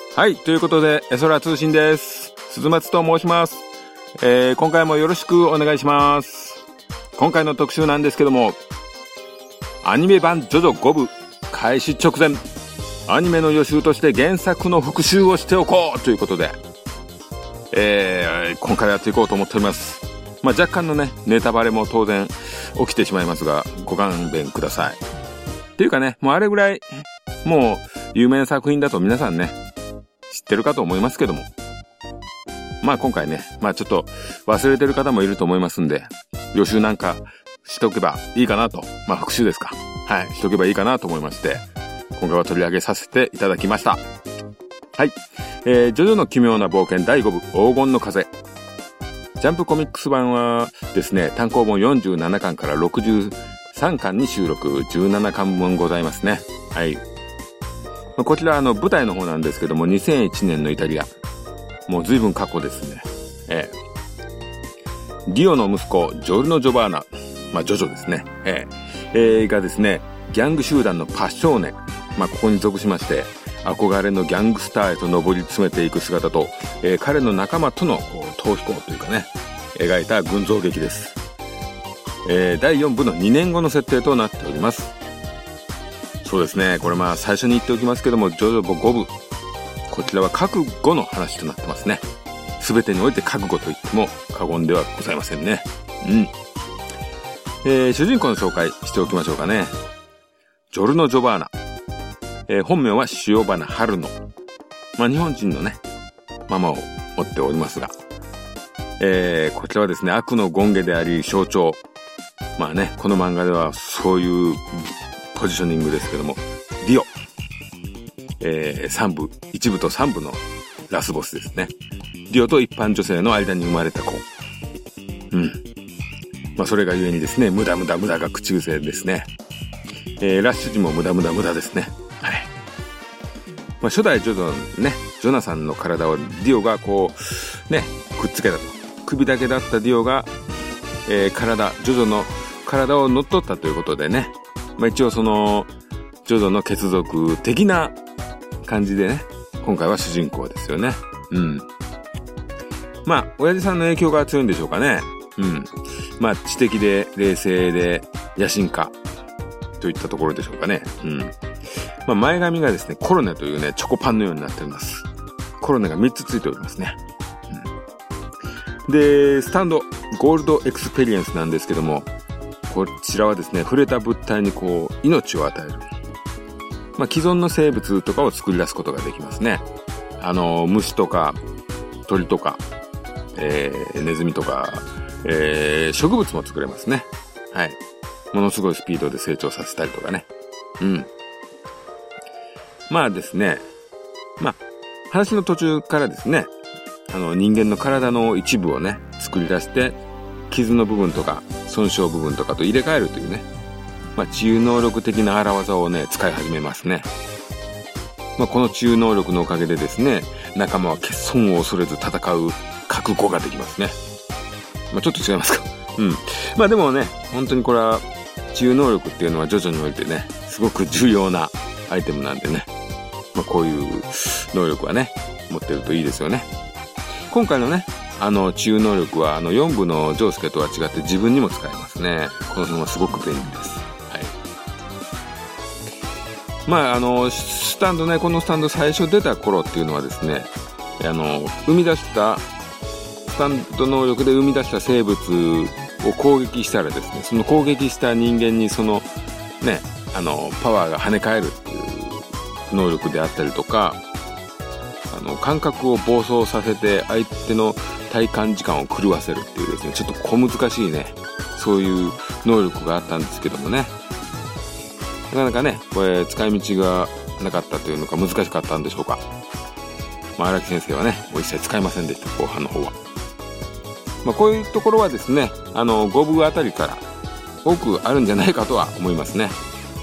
はい、ということで、エソラ通信です。鈴松と申します。今回もよろしくお願いします。今回の特集なんですけども、アニメ版ジョジョ5部開始直前、アニメの予習として原作の復習をしておこうということで、今回やっていこうと思っております。若干のね、ネタバレも当然起きてしまいますが、ご勘弁ください。っていうかね、もうあれぐらい、もう有名な作品だと皆さんね、知ってるかと思いますけども。今回ね、ちょっと忘れてる方もいると思いますんで、予習なんかしとけばいいかなと。復習ですか。はい、しとけばいいかなと思いまして、今回は取り上げさせていただきました。はい。ジョジョの奇妙な冒険第5部黄金の風。ジャンプコミックス版はですね、単行本47巻から63巻に収録、17巻分ございますね。はい。こちら舞台の方なんですけども、2001年のイタリア。もう随分過去ですね。ディオの息子、ジョルノ・ジョバーナ。ジョジョですね。がですね、ギャング集団のパッショーネ。ここに属しまして、憧れのギャングスターへと上り詰めていく姿と、彼の仲間との逃避行というかね、描いた群像劇です。第4部の2年後の設定となっております。そうですね、これ最初に言っておきますけども、ジョジョ5部、こちらは覚悟の話となってますね。全てにおいて覚悟と言っても過言ではございませんね。主人公の紹介しておきましょうかね。ジョルノ・ジョバーナ。本名は塩花春野。日本人のね、ママを持っておりますが、こちらはですね、悪の権化であり象徴。この漫画ではそういうポジショニングですけども、ディオ。1部と3部のラスボスですね。ディオと一般女性の間に生まれた子。それがゆえにですね、無駄が口癖ですね。ラッシュ時も無駄ですね。はい。初代ジョジョね、ジョナサンの体をディオがくっつけたと。首だけだったディオが、ジョジョの体を乗っ取ったということでね。一応ジョジョの血族的な感じでね、今回は主人公ですよね。親父さんの影響が強いんでしょうかね。知的で冷静で野心家といったところでしょうかね。前髪がですね、コロネというね、チョコパンのようになっております。コロネが3つついておりますね。で、スタンド、ゴールドエクスペリエンスなんですけども、こちらはですね、触れた物体に命を与える。既存の生物とかを作り出すことができますね。虫とか、鳥とか、ネズミとか、植物も作れますね。はい。ものすごいスピードで成長させたりとかね。ですね。話の途中からですね、人間の体の一部をね、作り出して、傷の部分とか、損傷部分とかと入れ替えるというね、治癒能力的な荒技をね、使い始めますね。この治癒能力のおかげでですね、仲間は欠損を恐れず戦う覚悟ができますね。ちょっと違いますか。でもね、本当にこれは、治癒能力っていうのはジョジョにおいてね、すごく重要なアイテムなんでね、こういう能力はね、持ってるといいですよね。今回のね、治癒能力は4部のジョウスケとは違って自分にも使えますね。この辺はすごく便利です。はい。スタンドね、このスタンド最初出た頃っていうのはですね、生み出したスタンド能力で生み出した生物を攻撃したらですね、その攻撃した人間にパワーが跳ね返るっていう能力であったりとか、感覚を暴走させて相手の体感時間を狂わせるっていうですね、ちょっと小難しいね、そういう能力があったんですけどもね、なかなかね、これ使い道がなかったというのか難しかったんでしょうか。荒木先生はね、もう一切使いませんでした、後半の方は。こういうところはですね、5部あたりから多くあるんじゃないかとは思いますね。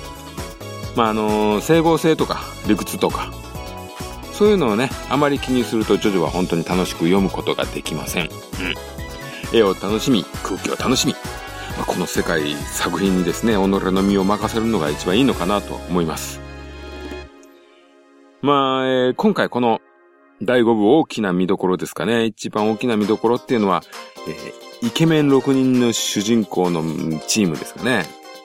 整合性とか理屈とか、そういうのをね、あまり気にするとジョジョは本当に楽しく読むことができません。絵を楽しみ、空気を楽しみ、この世界作品にですね、己の身を任せるのが一番いいのかなと思います。今回この第5部大きな見どころですかね。一番大きな見どころっていうのは、イケメン6人の主人公のチームですかね。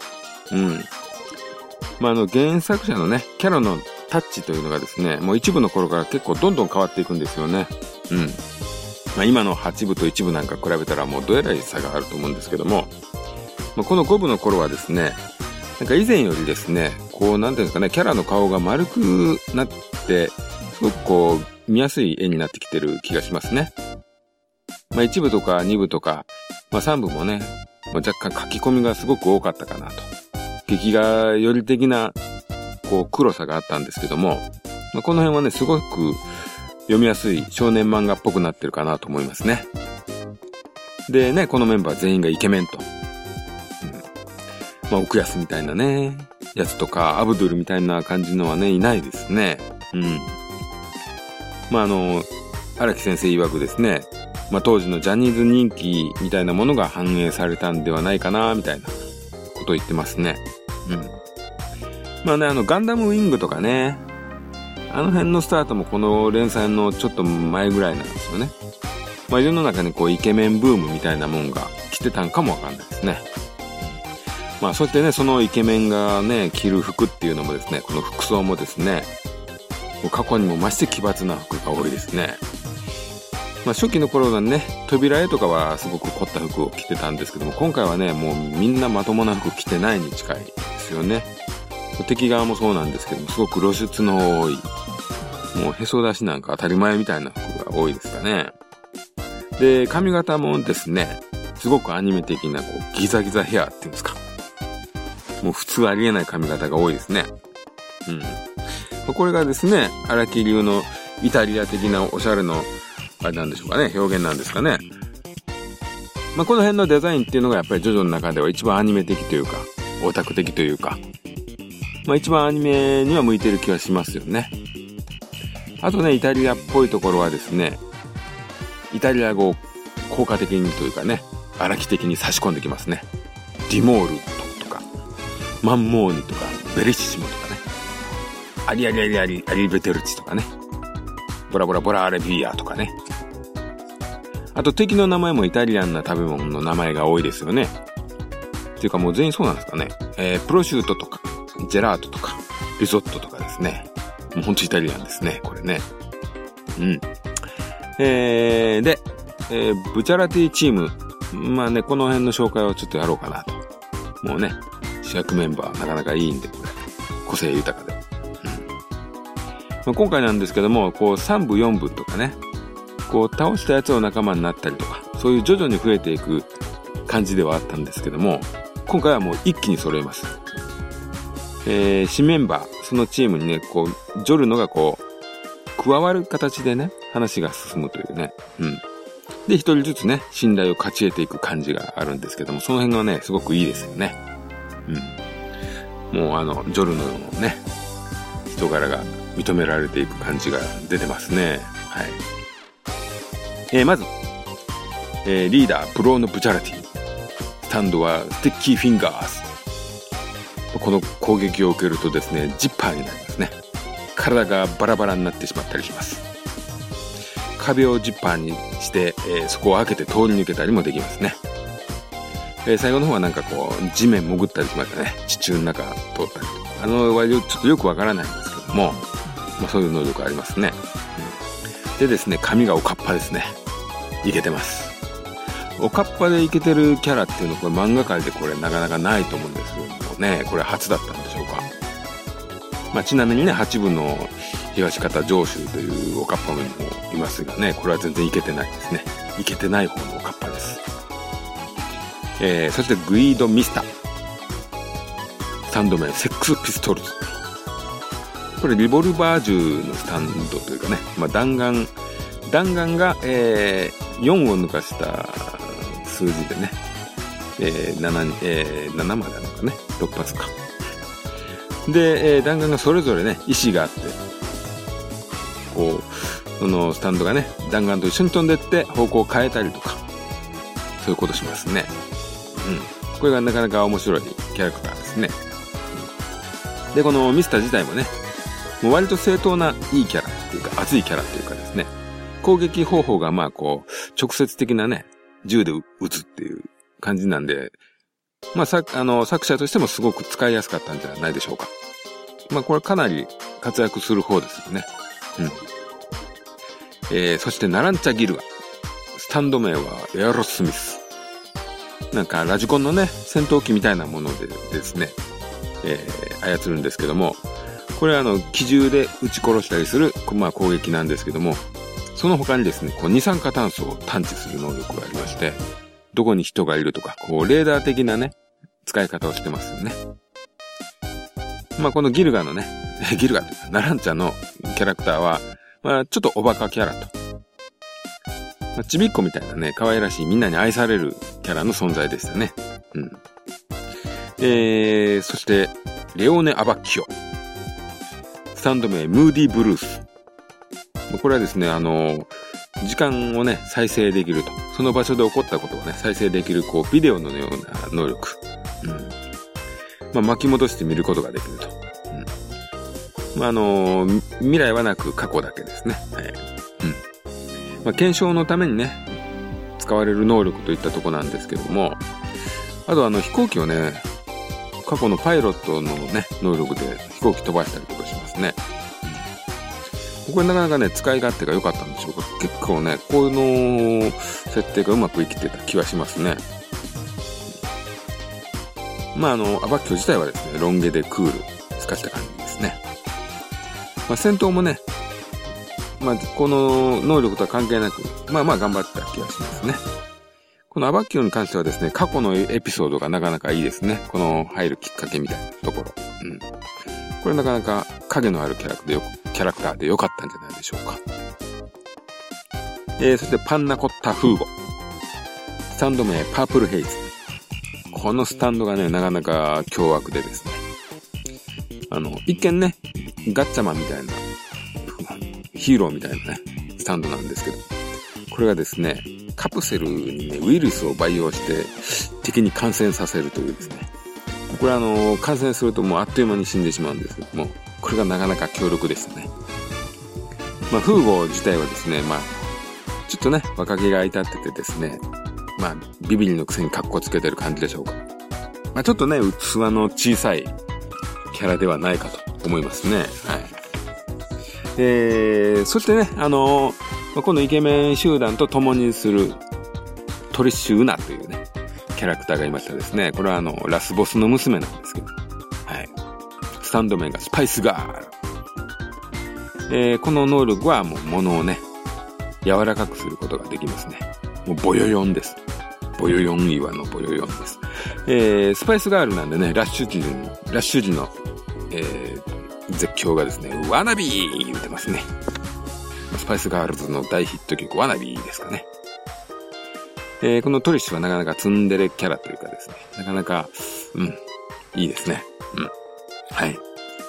原作者のね、キャラのタッチというのがですね、もう一部の頃から結構どんどん変わっていくんですよね。今の8部と1部なんか比べたらもうどえらい差があると思うんですけども、この5部の頃はですね、なんか以前よりですね、こうなんていうんですかね、キャラの顔が丸くなって、すごくこう見やすい絵になってきてる気がしますね。1部とか2部とか、3部もね、若干書き込みがすごく多かったかなと。劇画より的なこう黒さがあったんですけども、この辺はね、すごく読みやすい少年漫画っぽくなってるかなと思いますね。でね、このメンバー全員がイケメンと。奥安みたいなね、やつとか、アブドゥルみたいな感じのはね、いないですね。荒木先生曰くですね、当時のジャニーズ人気みたいなものが反映されたんではないかな、みたいなことを言ってますね。ガンダムウィングとかね、あの辺のスタートもこの連載のちょっと前ぐらいなんですよね。世の中にこうイケメンブームみたいなもんが来てたんかもわかんないですね。そしてね、そのイケメンがね、着る服っていうのもですね、この服装もですね、過去にも増して奇抜な服が多いですね。初期の頃はね、扉絵とかはすごく凝った服を着てたんですけども、今回はね、もうみんなまともな服着てないに近いですよね。敵側もそうなんですけども、すごく露出の多い、もうへそ出しなんか当たり前みたいな服が多いですかね。で、髪型もですね、すごくアニメ的なこうギザギザヘアっていうんですか。もう普通ありえない髪型が多いですね。これがですね、荒木流のイタリア的なおしゃれのあれなんでしょうかね、表現なんですかね。この辺のデザインっていうのがやっぱりジョジョの中では一番アニメ的というか、オタク的というか、一番アニメには向いてる気がしますよね。あとね、イタリアっぽいところはですね、イタリア語を効果的にというかね、荒木的に差し込んできますね。ディモールとか、マンモーニとか、ベレッシモとかね、アリベテルチとかね、ボラボラボラアレビアとかね。あと敵の名前もイタリアンな食べ物の名前が多いですよね。っていうかもう全員そうなんですかね。プロシュートとか、ジェラートとか、リゾットとかですね。もうほんとイタリアンですね、これね。で、ブチャラティチーム。この辺の紹介をちょっとやろうかなと。もうね、主役メンバーなかなかいいんで、これ。個性豊かで。今回なんですけども、こう3部4部とかね、こう倒したやつを仲間になったりとか、そういう徐々に増えていく感じではあったんですけども、今回はもう一気に揃えます。新メンバー、そのチームにね、こう、ジョルノがこう、加わる形でね、話が進むというね。で、一人ずつね、信頼を勝ち得ていく感じがあるんですけども、その辺がね、すごくいいですよね。もうジョルノのね、人柄が認められていく感じが出てますね。まず、リーダー、プロのブチャラティ。スタンドはステッキーフィンガーズ。この攻撃を受けるとですね、ジッパーになりますね。体がバラバラになってしまったりします。壁をジッパーにして、そこを開けて通り抜けたりもできますね。最後の方はなんかこう、地面潜ったりしましたね。地中の中通ったりとか。はちょっとよくわからないんですけども、そういう能力ありますね。でですね、髪がおかっぱですね。イケてます。おかっぱでイケてるキャラっていうのはこれ漫画界でこれなかなかないと思うんですけどもね、これ初だったんでしょうか。ちなみにね、8部の東方上州というおかっぱもいますがね、これは全然イケてないですね。イケてない方のおかっぱです。そしてグイード・ミスター。スタンド名、セックス・ピストルズ。これリボルバー銃のスタンドというかね、弾丸が、4を抜かした数字でね、7までなのかね、6発か。で、弾丸がそれぞれね、意思があって、こう、そのスタンドがね、弾丸と一緒に飛んでって方向を変えたりとか、そういうことしますね。これがなかなか面白いキャラクターですね。で、このミスター自体もね、もう割と正当ないいキャラっていうか、熱いキャラっていうかですね、 攻撃方法が直接的なね、銃で撃つっていう感じなんで、作者としてもすごく使いやすかったんじゃないでしょうか。これかなり活躍する方ですよね。そしてナランチャギルガ。スタンド名はエアロスミス。なんかラジコンのね、戦闘機みたいなものでですね、操るんですけども、これは機銃で撃ち殺したりする、攻撃なんですけども、その他にですね、二酸化炭素を探知する能力がありまして、どこに人がいるとか、レーダー的なね、使い方をしてますよね。このギルガというか、ナランチャのキャラクターは、ちょっとおバカキャラと。ちびっこみたいなね、可愛らしいみんなに愛されるキャラの存在でしたね。そして、レオネ・アバッキオ。スタンド名、ムーディ・ブルース。これはですね、時間をね、再生できると。その場所で起こったことをね、再生できる、ビデオのような能力。巻き戻して見ることができると。未来はなく過去だけですね。検証のためにね、使われる能力といったとこなんですけども、あと飛行機をね、過去のパイロットのね、能力で飛行機飛ばしたりとかしますね。これなかなかね、使い勝手が良かったんでしょうか。結構ね、この設定がうまくいきてた気はしますね。アバッキョ自体はですね、ロン毛でクール、透かした感じですね。戦闘もね、この能力とは関係なく、頑張った気がしますね。このアバッキョに関してはですね、過去のエピソードがなかなかいいですね。この入るきっかけみたいなところ。これなかなか影のあるキャラクターで良かったんじゃないでしょうか。そしてパンナコッタフーゴ。スタンド名パープルヘイズ。このスタンドがね、なかなか凶悪でですね。一見ね、ガッチャマンみたいな、ヒーローみたいなね、スタンドなんですけど、これがですね、カプセルにね、ウイルスを培養して敵に感染させるというですね。これ感染するともうあっという間に死んでしまうんですけども、これがなかなか強力ですね。フーゴ自体はですね、ちょっとね、若気が至っててですね、ビビリのくせにカッコつけてる感じでしょうか。ちょっとね、器の小さいキャラではないかと思いますね。はい。そしてね、このイケメン集団と共にするトリッシュ・ウナというね、キャラクターがいましたですね。これはラスボスの娘なんですけど、はい。スタンド名がスパイスガール。この能力はもう物をね、柔らかくすることができますね。もうボヨヨンです。ボヨヨン岩のボヨヨンです。スパイスガールなんでね、ラッシュ時の、絶叫がですね、ワナビー言ってますね。スパイスガールズの大ヒット曲ワナビーですかね。このトリッシュはなかなかツンデレキャラというかですね、なかなか、いいですね。はい。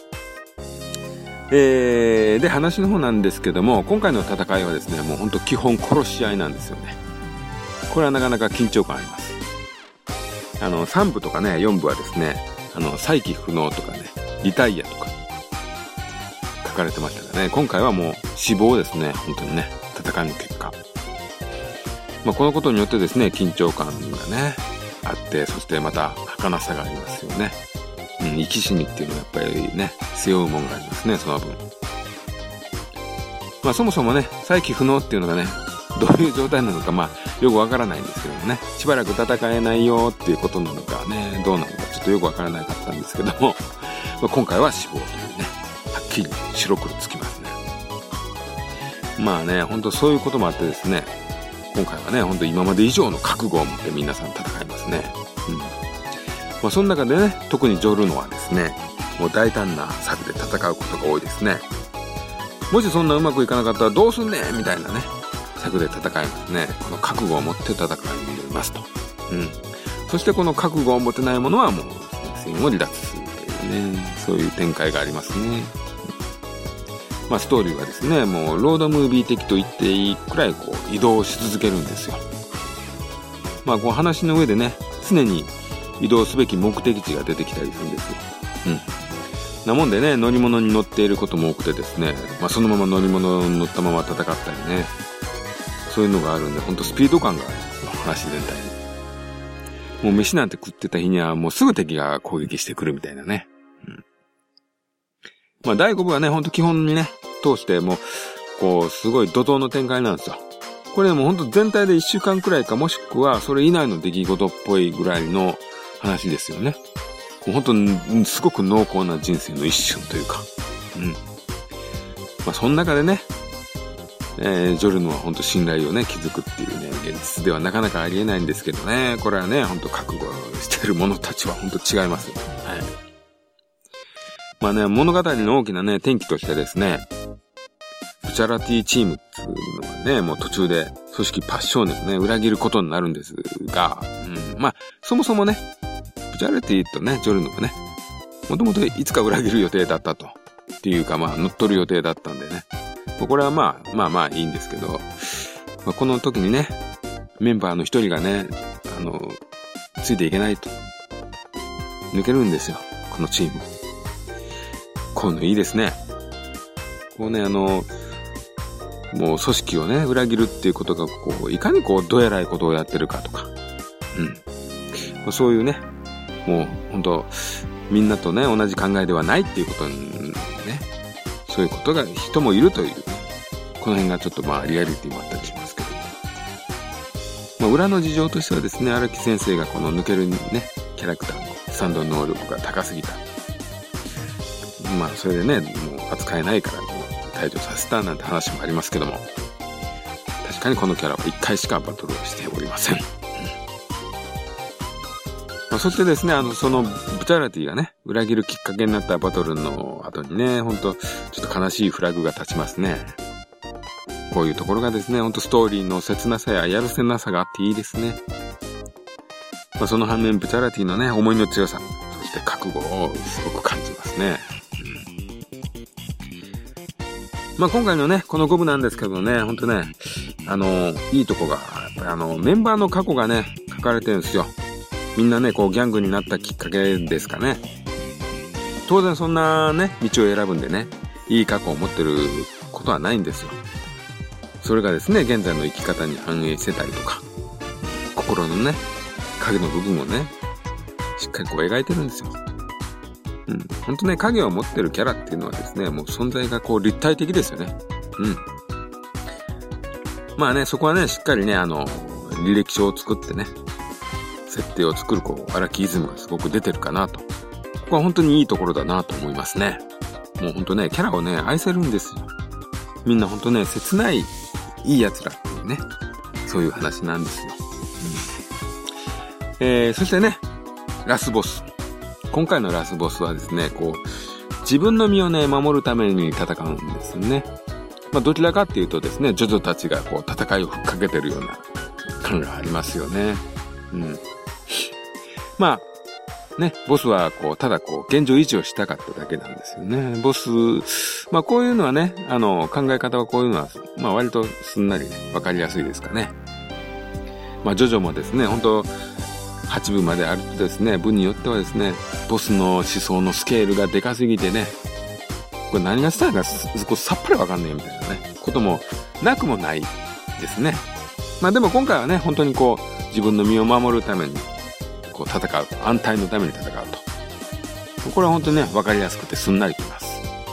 で、話の方なんですけども、今回の戦いはですね、もうほんと基本殺し合いなんですよね。これはなかなか緊張感あります。3部とかね、4部はですね、再起不能とかね、リタイアとか、書かれてましたがね、今回はもう死亡ですね、本当にね、戦いの結果。このことによってですね、緊張感がね、あって、そしてまた儚さがありますよね。生き死にっていうのはやっぱりね、背負うもんがありますね、その分。そもそもね、再起不能っていうのがね、どういう状態なのか、よくわからないんですけどもね、しばらく戦えないよっていうことなのかね、どうなのかちょっとよくわからなかったんですけども、今回は死亡というね、はっきり白黒つきますね。ほんとそういうこともあってですね、今回はね、ほんと今まで以上の覚悟を持って皆さん戦いますね。その中でね、特にジョルノはですね、もう大胆な策で戦うことが多いですね。もしそんなうまくいかなかったらどうすんねんみたいなね、策で戦いますね。この覚悟を持って戦いにますと。そしてこの覚悟を持てない者はもう戦線を離脱するというね、そういう展開がありますね。ストーリーはですね、もうロードムービー的と言っていいくらい移動し続けるんですよ。こう話の上でね、常に移動すべき目的地が出てきたりするんですよ。なもんでね、乗り物に乗っていることも多くてですね、そのまま乗り物に乗ったまま戦ったりね、 そういうのがあるんで、ほんとスピード感がある話全体に。もう飯なんて食ってた日にはもうすぐ敵が攻撃してくるみたいなね。まあ第5部はね、ほんと基本にね、通してもう、こう、すごい怒涛の展開なんですよ。これでもほんと全体で1週間くらいか、もしくはそれ以内の出来事っぽいぐらいの話ですよね。もうほんと、すごく濃厚な人生の一瞬というか。まあその中でね、ジョルノは本当信頼をね築くっていうね、現実ではなかなかありえないんですけどね、これはね本当覚悟している者たちは本当違います。はい。まあね、物語の大きなね転機としてですね、ブチャラティチームっていうのはね、もう途中で組織パッションですね裏切ることになるんですが、まあそもそもねブチャラティとねジョルノはね、もともといつか裏切る予定だったとっていうか、まあ乗っ取る予定だったんでね。これはまあいいんですけど、まあ、この時にね、メンバーの一人がね、ついていけないと。抜けるんですよ、このチーム。こういうのいいですね。こうね、もう組織をね、裏切るっていうことが、こう、いかにこう、どえらいことをやってるかとか。まあ、そういうね、もう、本当みんなとね、同じ考えではないっていうことにね、そういうことが人もいるという、この辺がちょっとまあリアリティもあったりしますけど、まあ裏の事情としてはですね、荒木先生がこの抜けるねキャラクターのスタンド能力が高すぎた。まあそれでね、もう扱えないからもう退場させたなんて話もありますけども、確かにこのキャラは1回しかバトルをしておりません。まあ、そしてですね、そのブチャラティがね、裏切るきっかけになったバトルの後にね、ほんと、ちょっと悲しいフラグが立ちますね。こういうところがですね、ほんとストーリーの切なさややるせなさがあっていいですね。まあ、その反面、ブチャラティのね、思いの強さ、そして覚悟をすごく感じますね。まあ、今回のね、この5部なんですけどね、ほんとね、いいとこが、やっぱりメンバーの過去がね、書かれてるんですよ。みんなね、こうギャングになったきっかけですかね。当然そんなね、道を選ぶんでね、いい過去を持ってることはないんですよ。それがですね、現在の生き方に反映してたりとか、心のね、影の部分をね、しっかりこう描いてるんですよ。ほんとね、影を持ってるキャラっていうのはですね、もう存在がこう立体的ですよね。まあね、そこはね、しっかりね、履歴書を作ってね、設定を作るこう荒木イズムがすごく出てるかなと。ここは本当にいいところだなと思いますね。もう本当ね、キャラをね愛せるんですよ。みんな本当ね、切ないいい奴らっていうね、そういう話なんですよ。そしてね、ラスボス。今回のラスボスはですね、こう自分の身をね守るために戦うんですよね。まあどちらかっていうとですね、ジョジョたちがこう戦いをふっかけてるような感がありますよね。まあね、ボスはこうただこう現状維持をしたかっただけなんですよね。ボス、まあこういうのはね、考え方はこういうのはまあ割とすんなりねわかりやすいですかね。まあジョジョもですね、本当8部まであるとですね、部によってはですね、ボスの思想のスケールがでかすぎてね、これ何がしたいかさっぱりわかんないみたいなねこともなくもないですね。まあでも今回はね、本当にこう自分の身を守るためにこう戦う、安泰のために戦うと。これは本当にね、わかりやすくてすんなりきます。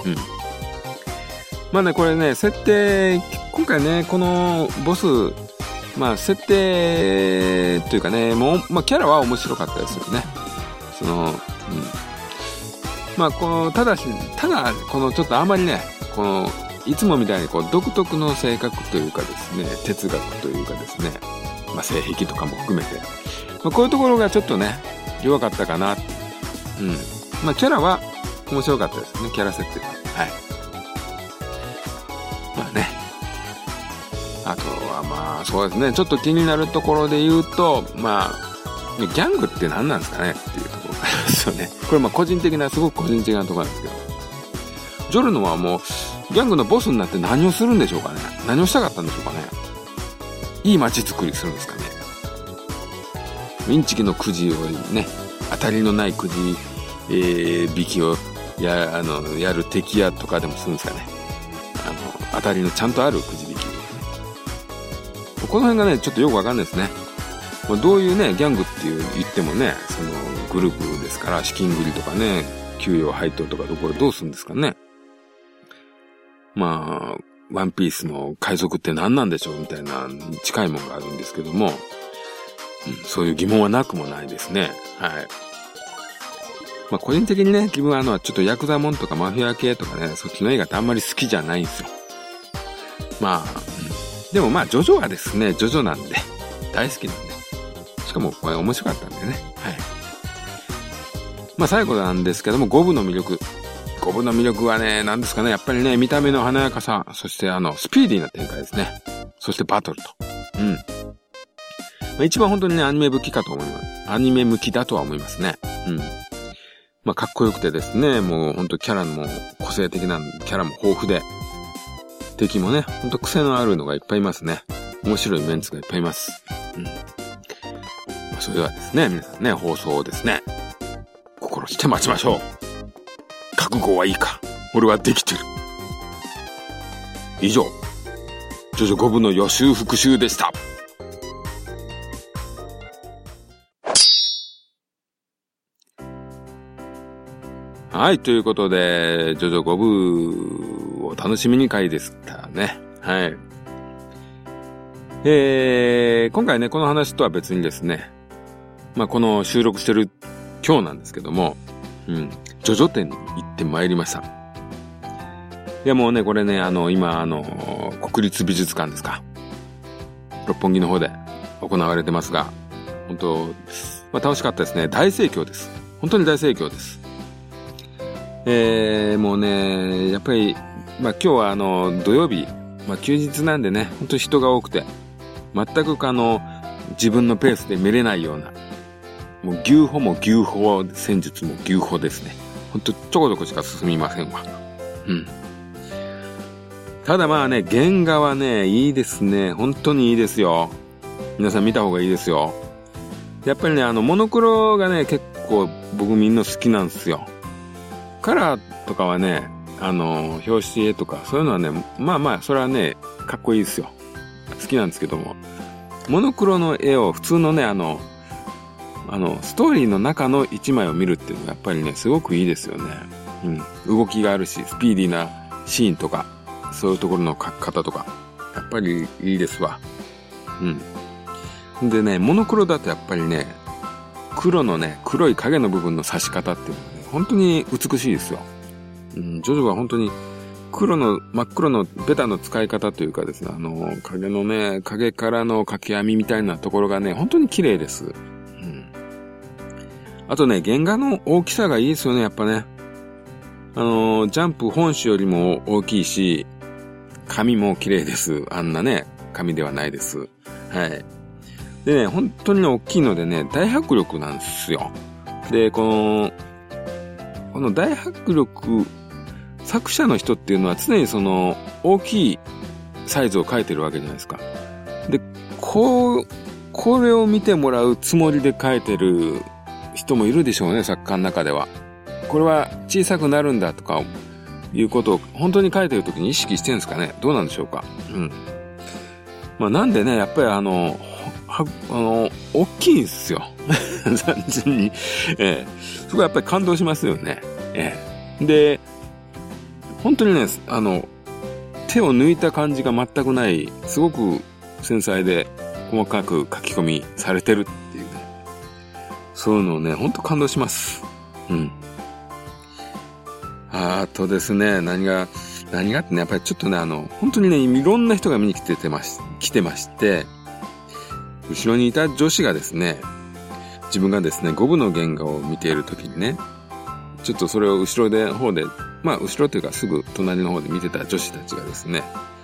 まあね、これね、設定、今回ね、このボス、まあ設定というかね、もう、まあキャラは面白かったですよね。まあただ、このちょっとあまりね、この、いつもみたいにこう独特の性格というかですね、哲学というかですね、まあ性癖とかも含めて、まあ、こういうところがちょっとね弱かったかな。まあキャラは面白かったですね、キャラ設定は。まあね、あとはまあそうですね、ちょっと気になるところで言うと、まあギャングって何なんですかねっていうところがありますよね。これまあすごく個人的なところなんですけど、ジョルノはもうギャングのボスになって何をするんでしょうかね。何をしたかったんでしょうかね。いい街づくりするんですかね。インチキのくじをね、当たりのないくじ、引きをやる敵やとかでもするんですかね。当たりのちゃんとあるくじ引きとかね。 この辺がね、ちょっとよくわかんないですね。どういうね、ギャングって言ってもね、そのグループですから、資金繰りとかね、給与配当とかこれどうするんですかね。まあ、ワンピースの海賊って何なんでしょうみたいな近いものがあるんですけども、そういう疑問はなくもないですね。はい。まあ個人的にね、自分はちょっとヤクザモンとかマフィア系とかね、そっちの映画ってあんまり好きじゃないんですよ。まあ、でもまあジョジョはですね、ジョジョなんで、大好きなんで。しかもこれ面白かったんでね。はい。まあ最後なんですけども、5部の魅力。5部の魅力はね、何ですかね、やっぱりね、見た目の華やかさ、そしてスピーディーな展開ですね。そしてバトルと。一番本当にね、アニメ向きかと思います。アニメ向きだとは思いますね。まあかっこよくてですね、もう本当キャラも個性的なキャラも豊富で、敵もね、本当癖のあるのがいっぱいいますね。面白いメンツがいっぱいいます。まあ、それではですね、皆さんね、放送をですね、心して待ちましょう。覚悟はいいか。俺はできてる。以上、ジョジョ5部の予習復習でした。はい、ということで、ジョジョ5部を楽しみに回でしたね。はい。今回ね、この話とは別にですね、まあ、この収録してる今日なんですけども、ジョジョ展に行ってまいりました。いやもうね、これね、今、国立美術館ですか。六本木の方で行われてますが、本当、まあ、楽しかったですね。大盛況です。本当に大盛況です。もうね、やっぱり、まあ、今日は土曜日、まあ、休日なんでね、本当に人が多くて、全く自分のペースで見れないような、もう牛歩も牛歩、戦術も牛歩ですね。本当ちょこちょこしか進みませんわ。ただまあね、原画はね、いいですね。本当にいいですよ。皆さん見た方がいいですよ。やっぱりね、モノクロがね、結構僕みんな好きなんですよ。カラーとかはね、表紙絵とか、そういうのはね、まあまあ、それはね、かっこいいですよ。好きなんですけども。モノクロの絵を普通のね、ストーリーの中の一枚を見るっていうのがやっぱりね、すごくいいですよね。動きがあるし、スピーディーなシーンとか、そういうところの描き方とか、やっぱりいいですわ。でね、モノクロだとやっぱりね、黒のね、黒い影の部分の差し方っていうのはね、本当に美しいですよ。ジョジョは本当に真っ黒のベタの使い方というかですね、影のね、影からの掛け網みたいなところがね、本当に綺麗です。あとね、原画の大きさがいいですよね、やっぱね。ジャンプ本紙よりも大きいし、紙も綺麗です。あんなね、紙ではないです。はい。でね、本当にね、大きいのでね、大迫力なんですよ。で、この大迫力、作者の人っていうのは常に大きいサイズを描いてるわけじゃないですか。で、これを見てもらうつもりで描いてる人もいるでしょうね、作家の中では。これは小さくなるんだとかいうことを本当に書いてるときに意識してるんですかね。どうなんでしょうか。まあなんでね、やっぱり大きいんですよ。単純に。そこはやっぱり感動しますよね。で、本当にね、手を抜いた感じが全くない、すごく繊細で細かく書き込みされてるっていうね。そういうのをね、本当感動します。あとですね、何がってね、やっぱりちょっとね、本当にね、いろんな人が見に来てまして、後ろにいた女子がですね、自分がですね、5部の原画を見ているときにね、ちょっとそれを後ろで、まあ後ろというかすぐ隣の方で見てた女子たちがですね、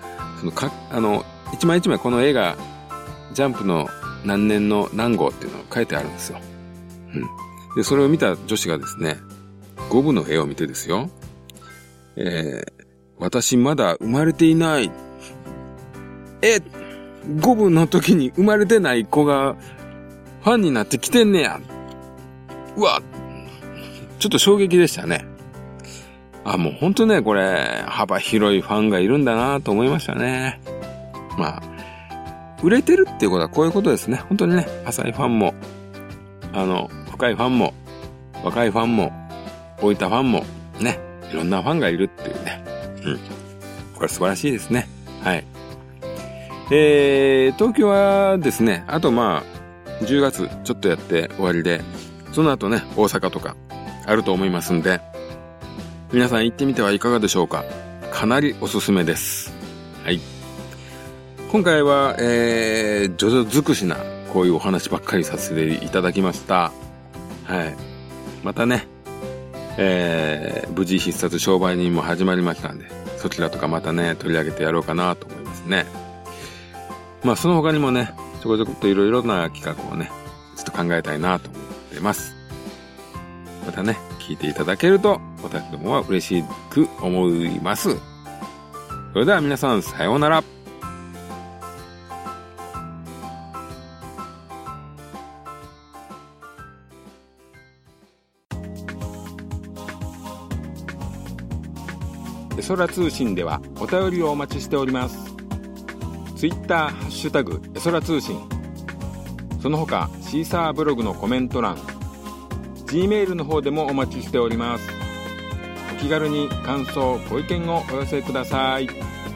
一枚一枚この絵が、ジャンプの何年の何号っていうのを書いてあるんですよ。で、それを見た女子がですね、5部の絵を見てですよ、私まだ生まれていない。5部の時に生まれてない子がファンになってきてんねや。うわ、ちょっと衝撃でしたね。もうほんとね、これ、幅広いファンがいるんだなと思いましたね。まあ、 売れてるっていうことはこういうことですね。本当にね、浅いファンも、深いファンも、若いファンも、老いたファンも、ね、いろんなファンがいるっていうね。これ素晴らしいですね。はい。東京はですね、あと10月ちょっとやって終わりで、その後ね、大阪とかあると思いますんで、皆さん行ってみてはいかがでしょうか。かなりおすすめです。はい。今回は、ジョジョ尽くしな、こういうお話ばっかりさせていただきました。はい。またね、無事必殺商売人も始まりましたんで、そちらとかまたね、取り上げてやろうかなと思いますね。その他にもね、ちょこちょこっといろいろな企画をね、ちょっと考えたいなと思ってます。またね、聞いていただけると、私どもは嬉しく思います。それでは皆さん、さようなら。エソラ通信ではお便りをお待ちしております。ツイッターハッシュタグエソラ通信、その他シーサーブログのコメント欄、Gmail の方でもお待ちしております。お気軽に感想ご意見をお寄せください。